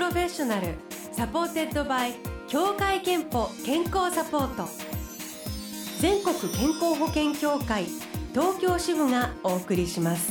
ロフェッショナルサポーテッドバイ協会憲法健康サポート、全国健康保険協会東京支部がお送りします。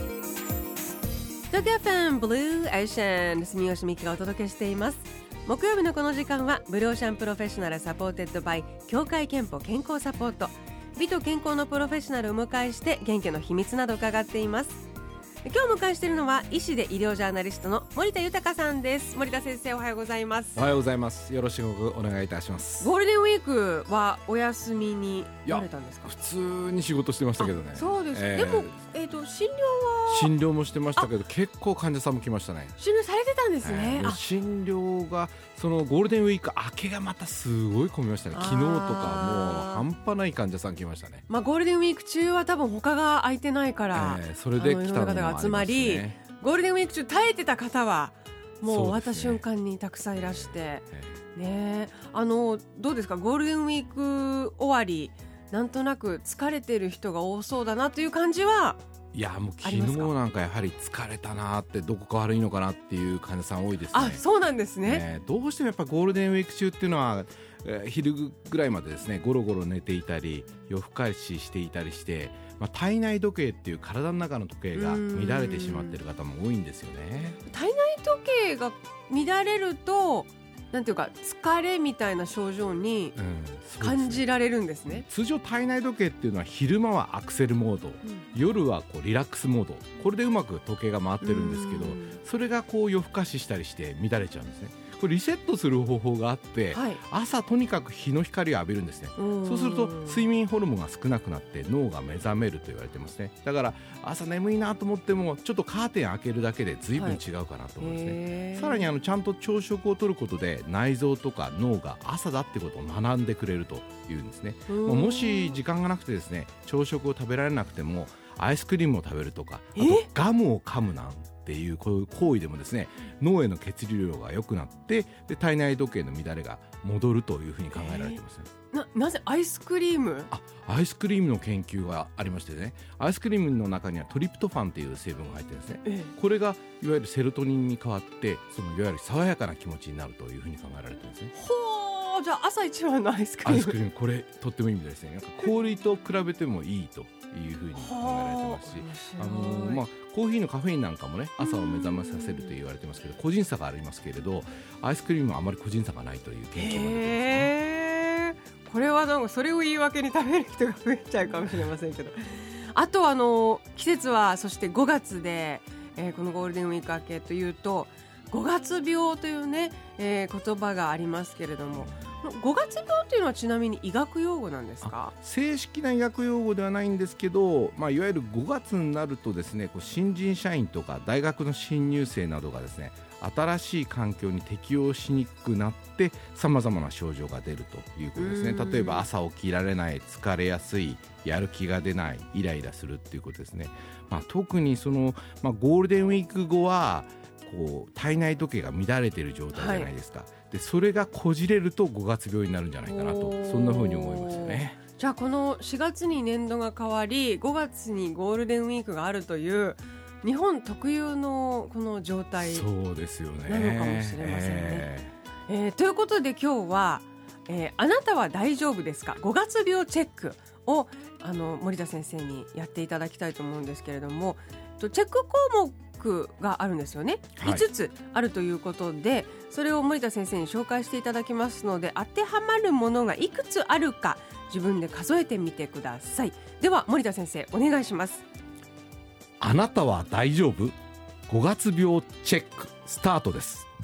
東京フェンブルーエーシャン、住吉美希がお届けしています。木曜日のこの時間はブルーオーシャンプロフェッショナルサポーテッドバイ協会憲法健康サポート、美と健康のプロフェッショナルをお迎えして元気の秘密など伺っています。今日お迎えしているのは医師で医療ジャーナリストの森田豊さんです。森田先生、おはようございます。 おはようございます。よろしくお願いいたします。 ゴールデンウィークはお休みになれたんですか？ 普通に仕事してましたけどね。 そうです、でも、 診療もしてましたけど、結構患者さんも来ましたね。 診療されてたんですね。 診療がそのゴールデンウィーク明けがまたすごい混みましたね。昨日とかもう半端ない患者さん来ましたね。 ゴールデンウィーク中は多分他が空いてないから、 それで来たのもありますね。 いろんな方が集まり、ゴールデンウィーク中耐えてた方はもう終わった瞬間にたくさんいらして、ね、どうですか、ゴールデンウィーク終わり、なんとなく疲れてる人が多そうだなという感じは。 いや、もう昨日なんかやはり疲れたなって、どこか悪いのかなっていう患者さん多いですね。 あ、そうなんですね。 どうしてもやっぱゴールデンウィーク中っていうのは、昼ぐらいまでですね、ゴロゴロ寝ていたり夜更かししていたりして、体内時計っていう体の中の時計が乱れてしまっている方も多いんですよね。 体内時計が乱れると、なんていうか疲れみたいな症状に感じられるんですね。 通常体内時計っていうのは昼間はアクセルモード、夜はこうリラックスモード、これでうまく時計が回ってるんですけど、それがこう夜更かししたりして乱れちゃうんですね。これリセットする方法があって、朝とにかく日の光を浴びるんですね。そうすると睡眠ホルモンが少なくなって脳が目覚めると言われてますね。だから朝眠いなと思ってもちょっとカーテン開けるだけで随分違うかなと思いますね。さらにちゃんと朝食をとることで内臓とか脳が朝だってことを学んでくれるというんですね。もし時間がなくてですね、朝食を食べられなくてもアイスクリームを食べるとか、あとガムを噛むなんっていうこういう行為でもですね、脳への血流量が良くなって、で体内時計の乱れが戻るというふうに考えられていますね。 なぜアイスクリーム？ アイスクリームの研究がありましてね、アイスクリームの中にはトリプトファンという成分が入ってるんですね。これがいわゆるセロトニンに変わって、そのいわゆる爽やかな気持ちになるというふうに考えられてるんですね。 ほー、じゃあ朝一番のアイスクリーム。 アイスクリーム、これとってもいいみたいですね。なんか氷と比べてもいいというふうに考えられてますし、コーヒーのカフェインなんかもね、朝を目覚めさせると言われてますけど、個人差がありますけれど、アイスクリームはあまり個人差がないという研究が出てますね。 これはなんかそれを言い訳に食べる人が増えちゃうかもしれませんけど、あと季節はそして5月で、このゴールデンウィーク明けというと5月病というね、言葉がありますけれども、5月病というのはちなみに医学用語なんですか？ 正式な医学用語ではないんですけど、いわゆる5月になるとですね、新人社員とか大学の新入生などがですね、新しい環境に適応しにくくなって様々な症状が出るということですね。例えば朝起きられない、疲れやすい、やる気が出ない、イライラするっていうことですね。特にその、ゴールデンウィーク後はこう体内時計が乱れている状態じゃないですか。でそれがこじれると5月病になるんじゃないかなと、そんな風に思いますよね。 じゃあこの4月に年度が変わり5月にゴールデンウィークがあるという日本特有のこの状態なのかもしれませんね。ということで今日は、あなたは大丈夫ですか、5月病チェックを森田先生にやっていただきたいと思うんですけれども、チェック項目があるんですよね。5つあるということで、それを森田先生に紹介していただきますので、当てはまるものがいくつあるか自分で数えてみてください。では森田先生、お願いします。 あなたは大丈夫？5月病チェックスタートです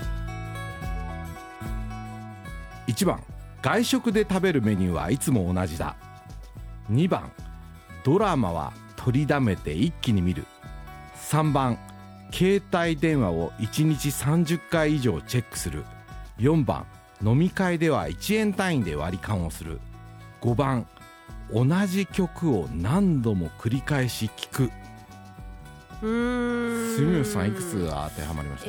。1番、外食で食べるメニューはいつも同じだ。2番、ドラマは取りだめて一気に見る。3番、携帯電話を1日30回以上チェックする。4番、飲み会では1円単位で割り勘をする。5番、同じ曲を何度も繰り返し聴く。住吉さん、いくつ当てはまりました？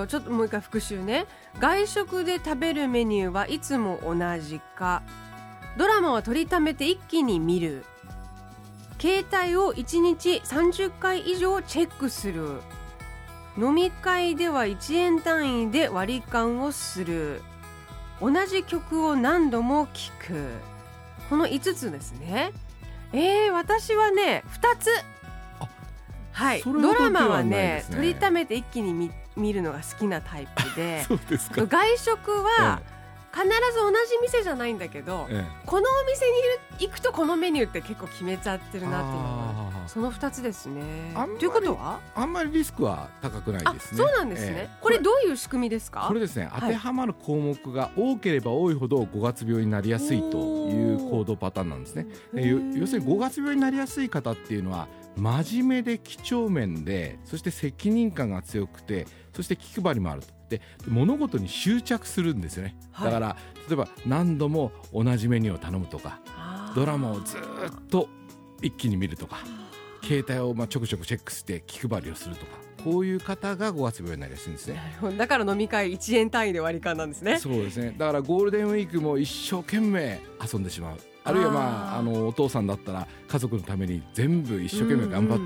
ちょっともう一回復習ね。外食で食べるメニューはいつも同じか、ドラマは取りためて一気に見る、携帯を1日30回以上チェックする。 飲み会では1円単位で割り勘をする、同じ曲を何度も聴く、この5つですね。私はね2つ、はい、ドラマはね取りためて一気に 見るのが好きなタイプでそうですか。 外食は必ず同じ店じゃないんだけど、このお店に行くとこのメニューって結構決めちゃってるなっていうのがその2つですね。ということはあんまりリスクは高くないですね。 そうなんですね。これどういう仕組みですか？ これですね、当てはまる項目が多ければ多いほど5月病になりやすいという行動パターンなんですね。要するに5月病になりやすい方っていうのは真面目で几帳面で、そして責任感が強くて、そして気配りもあると。で物事に執着するんですよね。だから例えば何度も同じメニューを頼むとか、ドラマをずっと一気に見るとか、携帯をちょくちょくチェックして気配りをするとか、こういう方が5月病になりやすいんですね。 だから飲み会1円単位で割り勘なんですね。 そうですね。だからゴールデンウィークも一生懸命遊んでしまう、あるいはお父さんだったら家族のために全部一生懸命頑張って、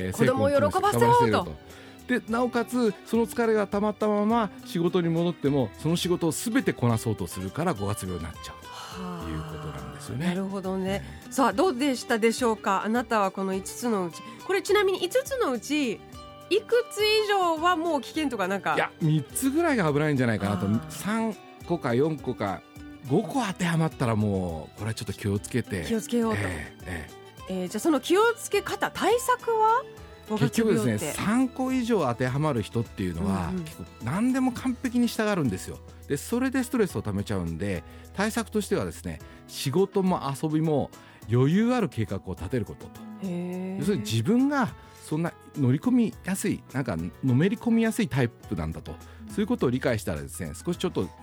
子供を喜ばせようと。 でなおかつその疲れがたまったまま仕事に戻ってもその仕事を全てこなそうとするから5月病になっちゃうということなんですよね。 なるほどね。さあどうでしたでしょうか。あなたはこの5つのうち、これちなみに5つのうちいくつ以上はもう危険とかなんか。 いや3つぐらいが危ないんじゃないかなと。3個か4個か5個当てはまったらもうこれはちょっと気をつけて気をつけようと。じゃあその気をつけ方、対策は結局ですね、3個以上当てはまる人っていうのは、結構何でも完璧に従うんですよ。でそれでストレスをためちゃうんで、対策としてはですね、仕事も遊びも余裕ある計画を立てることと。要するに自分がそんな乗り込みやすい、なんかのめり込みやすいタイプなんだと、そういうことを理解したらですね、少しちょっと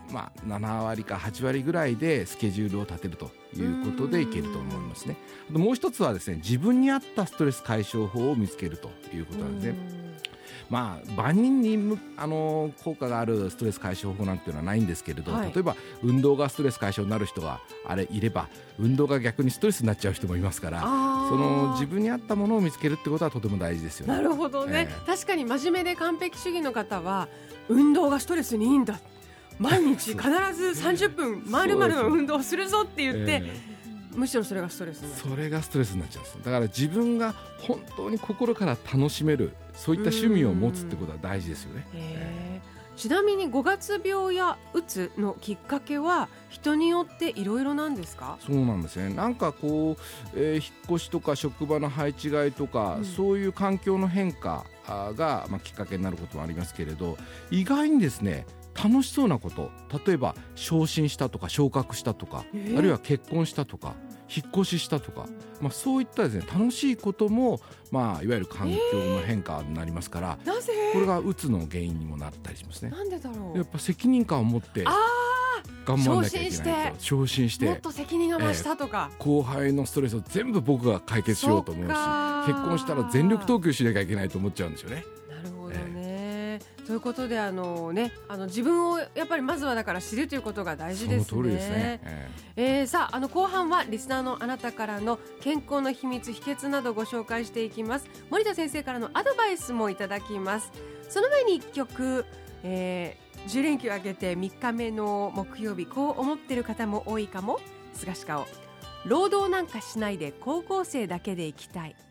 7割か8割ぐらいでスケジュールを立てるということでいけると思いますね。もう一つはですね、自分に合ったストレス解消法を見つけるということなんですね。万人に効果があるストレス解消法なんていうのはないんですけれど、例えば運動がストレス解消になる人がいれば、運動が逆にストレスになっちゃう人もいますから、その自分に合ったものを見つけるってことはとても大事ですよね。 なるほどね。確かに真面目で完璧主義の方は運動がストレスにいいんだ、毎日必ず30分丸々の運動をするぞって言って、むしろそれがストレスになっちゃう。 それがストレスになっちゃうんです。だから自分が本当に心から楽しめる、そういった趣味を持つってことは大事ですよね。 ちなみに5月病やうつのきっかけは人によっていろいろなんですか？ そうなんですね。なんかこう、引っ越しとか職場の配置換えとか、そういう環境の変化がきっかけになることもありますけれど、意外にですね、楽しそうなこと、例えば昇進したとか昇格したとか、あるいは結婚したとか引っ越ししたとか、そういったですね、楽しいことも、いわゆる環境の変化になりますから、 なぜこれがうつの原因にもなったりしますね。 なんでだろう。 やっぱ責任感を持って頑張らなきゃいけないと。昇進してもっと責任が増したとか、 後輩のストレスを全部僕が解決しようと思うし、結婚したら全力投球しなきゃいけないと思っちゃうんですよね。 なるほどね。ということで自分をやっぱりまずはだから知るということが大事ですね。 その通りですね。 さあ後半はリスナーのあなたからの健康の秘密秘訣などご紹介していきます。森田先生からのアドバイスもいただきます。その前に1曲、10連休明けて3日目の木曜日、こう思ってる方も多いかも。菅氏顔、労働なんかしないで高校生だけで行きたい。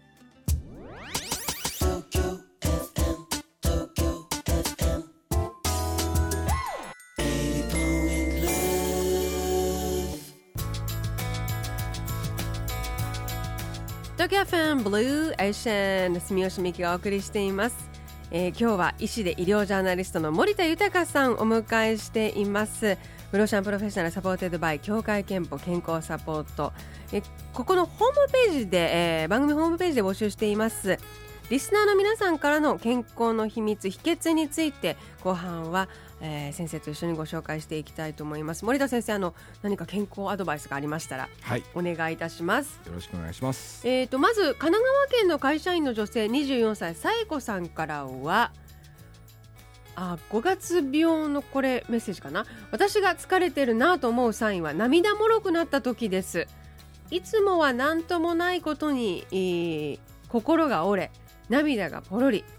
東京FM Blue Ocean、住吉美希がお送りしています。今日は医師で医療ジャーナリストの森田豊さんをお迎えしています。ブローシャンプロフェッショナルサポーテッドバイ協会憲法健康サポート、ここのホームページで、番組ホームページで募集していますリスナーの皆さんからの健康の秘密秘訣について、後半は、先生と一緒にご紹介していきたいと思います。森田先生、何か健康アドバイスがありましたら、お願いいたします。 よろしくお願いします。 まず神奈川県の会社員の女性24歳さえこさんからは、5月病のこれメッセージかな。私が疲れてるなと思うサインは涙もろくなった時です。いつもは何ともないことに、心が折れ涙がポロリ。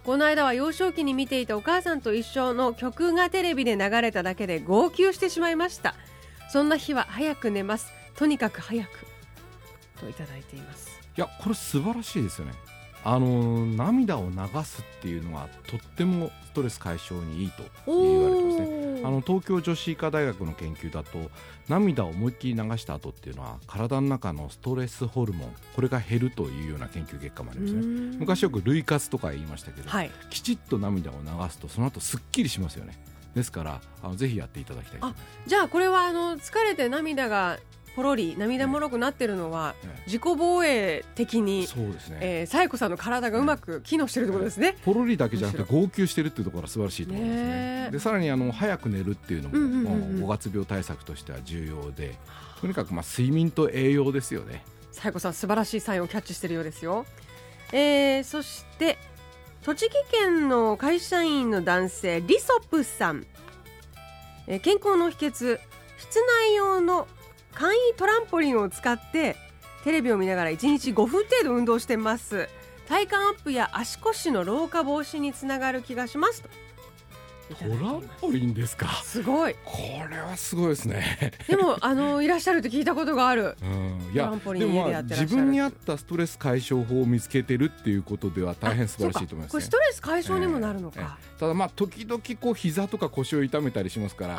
この間は幼少期に見ていたお母さんと一緒の曲がテレビで流れただけで号泣してしまいました。そんな日は早く寝ます。とにかく早く、といただいています。 いや、これ素晴らしいですよね。涙を流すっていうのはとってもストレス解消にいいと言われてますね。東京女子医科大学の研究だと、涙を思いっきり流した後っていうのは体の中のストレスホルモン、これが減るというような研究結果もありますね。昔よく涙活とか言いましたけど、はい、きちっと涙を流すとその後すっきりしますよね。ですからぜひやっていただきたい。 じゃあこれは疲れて涙がポロリ涙もろくなってるのは、自己防衛的に、そうですね、紗恵子さんの体がうまく機能してるってことですね。 ポロリだけじゃなくて号泣してるっていうところが素晴らしいと思いますね。でさらに早く寝るっていうのも、5月病対策としては重要で、とにかく睡眠と栄養ですよね。 紗恵子さん素晴らしいサインをキャッチしてるようですよ。そして栃木県の会社員の男性リソプさん、健康の秘訣、室内用の簡易トランポリンを使ってテレビを見ながら1日5分程度運動してます。体幹アップや足腰の老化防止につながる気がしますと。 トランポリンですか。 すごい。 これはすごいですね。 でもいらっしゃるって聞いたことがある。 いや、トランポリン家でやってらっしゃる。自分に合ったストレス解消法を見つけてるっていうことでは大変素晴らしいと思いますね。 これストレス解消にもなるのか。 ただ時々膝とか腰を痛めたりしますから、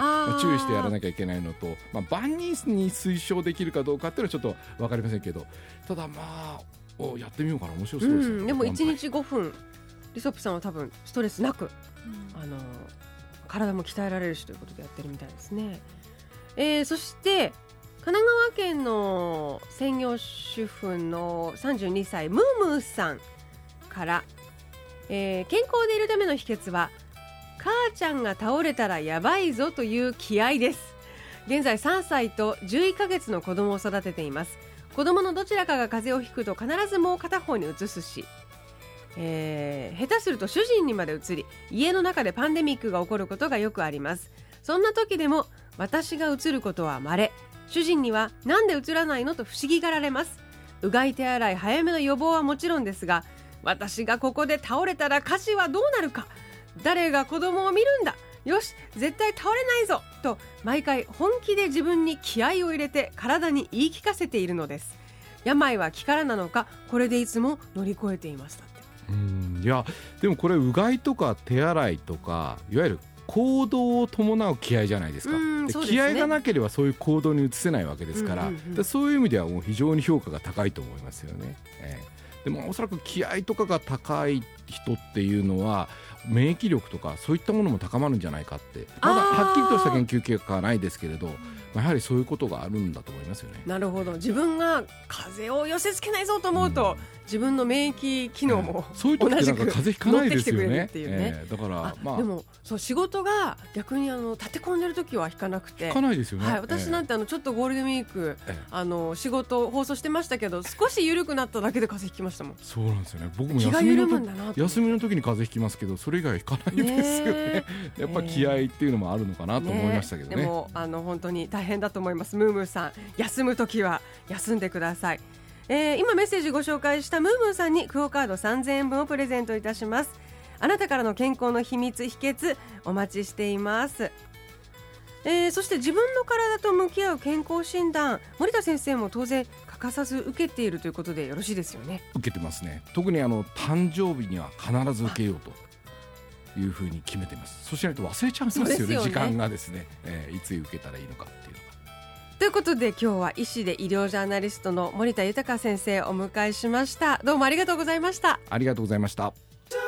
注意してやらなきゃいけないのと、万人に推奨できるかどうかっていうのはちょっと分かりませんけど、ただやってみようかな。面白そうですね。 でも1日5分、リソップさんは多分ストレスなく、体も鍛えられるしということでやってるみたいですね。そして神奈川県の専業主婦の32歳ムームーさんから、健康でいるための秘訣は母ちゃんが倒れたらやばいぞという気合です。現在3歳と11ヶ月の子供を育てています。子供のどちらかが風邪をひくと必ずもう片方に移すし、下手すると主人にまで移り、家の中でパンデミックが起こることがよくあります。そんな時でも私が移ることは稀。主人にはなんで移らないのと不思議がられます。うがい手洗い早めの予防はもちろんですが、私がここで倒れたら家事はどうなるか、誰が子供を見るんだ、よし絶対倒れないぞと毎回本気で自分に気合を入れて体に言い聞かせているのです。病は気からなのか、これでいつも乗り越えていました。 いや、でもこれうがいとか手洗いとか、いわゆる行動を伴う気合じゃないですか。 そうですね、 気合がなければそういう行動に移せないわけですから、そういう意味ではもう非常に評価が高いと思いますよね。でもおそらく気合とかが高い人っていうのは免疫力とかそういったものも高まるんじゃないかって、まだはっきりとした研究結果はないですけれど、やはりそういうことがあるんだと思いますよね。 なるほど。自分が風邪を寄せ付けないぞと思うと、自分の免疫機能もそういう時ってなんか風邪ひかないですよね。だからでもそう仕事が逆に立て込んでる時はひかなくて、 ひかないですよね。 私なんてちょっとゴールデンウィーク仕事放送してましたけど、少し緩くなっただけで風邪ひきましたもん。 そうなんですよね。僕も気が緩むんだなと。 休みの時に風邪ひきますけど、それ以外はひかないですよね。やっぱ気合っていうのもあるのかなと思いましたけどね。 でも本当に大変だと思います。ムームーさん、休む時は休んでください。今メッセージご紹介したムームーさんにクオカード3000円分をプレゼントいたします。あなたからの健康の秘密秘訣お待ちしています。そして自分の体と向き合う健康診断、森田先生も当然欠かさず受けているということでよろしいですよね。 受けてますね。特に誕生日には必ず受けようというふうに決めています。そうしないと忘れちゃうんですよね。時間がですね、いつ受けたらいいのかっていうのが。 ということで今日は医師で医療ジャーナリストの森田豊先生をお迎えしました。どうもありがとうございました。 ありがとうございました。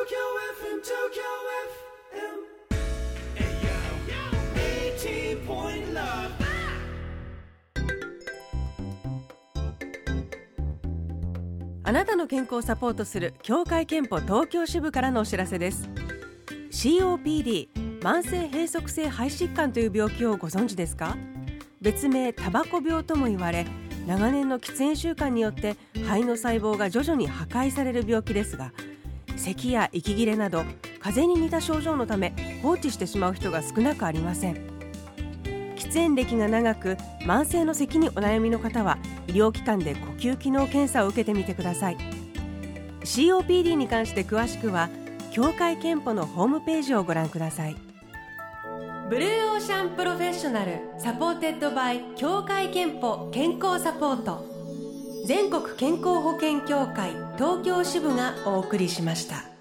あなたの健康をサポートする協会憲法東京支部からのお知らせです。 COPD 慢性閉塞性肺疾患という病気をご存知ですか？別名タバコ病とも言われ、長年の喫煙習慣によって肺の細胞が徐々に破壊される病気ですが、咳や息切れなど風邪に似た症状のため放置してしまう人が少なくありません。喫煙歴が長く慢性の咳にお悩みの方は医療機関で呼吸機能検査を受けてみてください。 COPD に関して詳しくは協会憲法のホームページをご覧ください。ブルーオーシャンプロフェッショナルサポーテッドバイ協会憲法健康サポート、全国健康保険協会東京支部がお送りしました。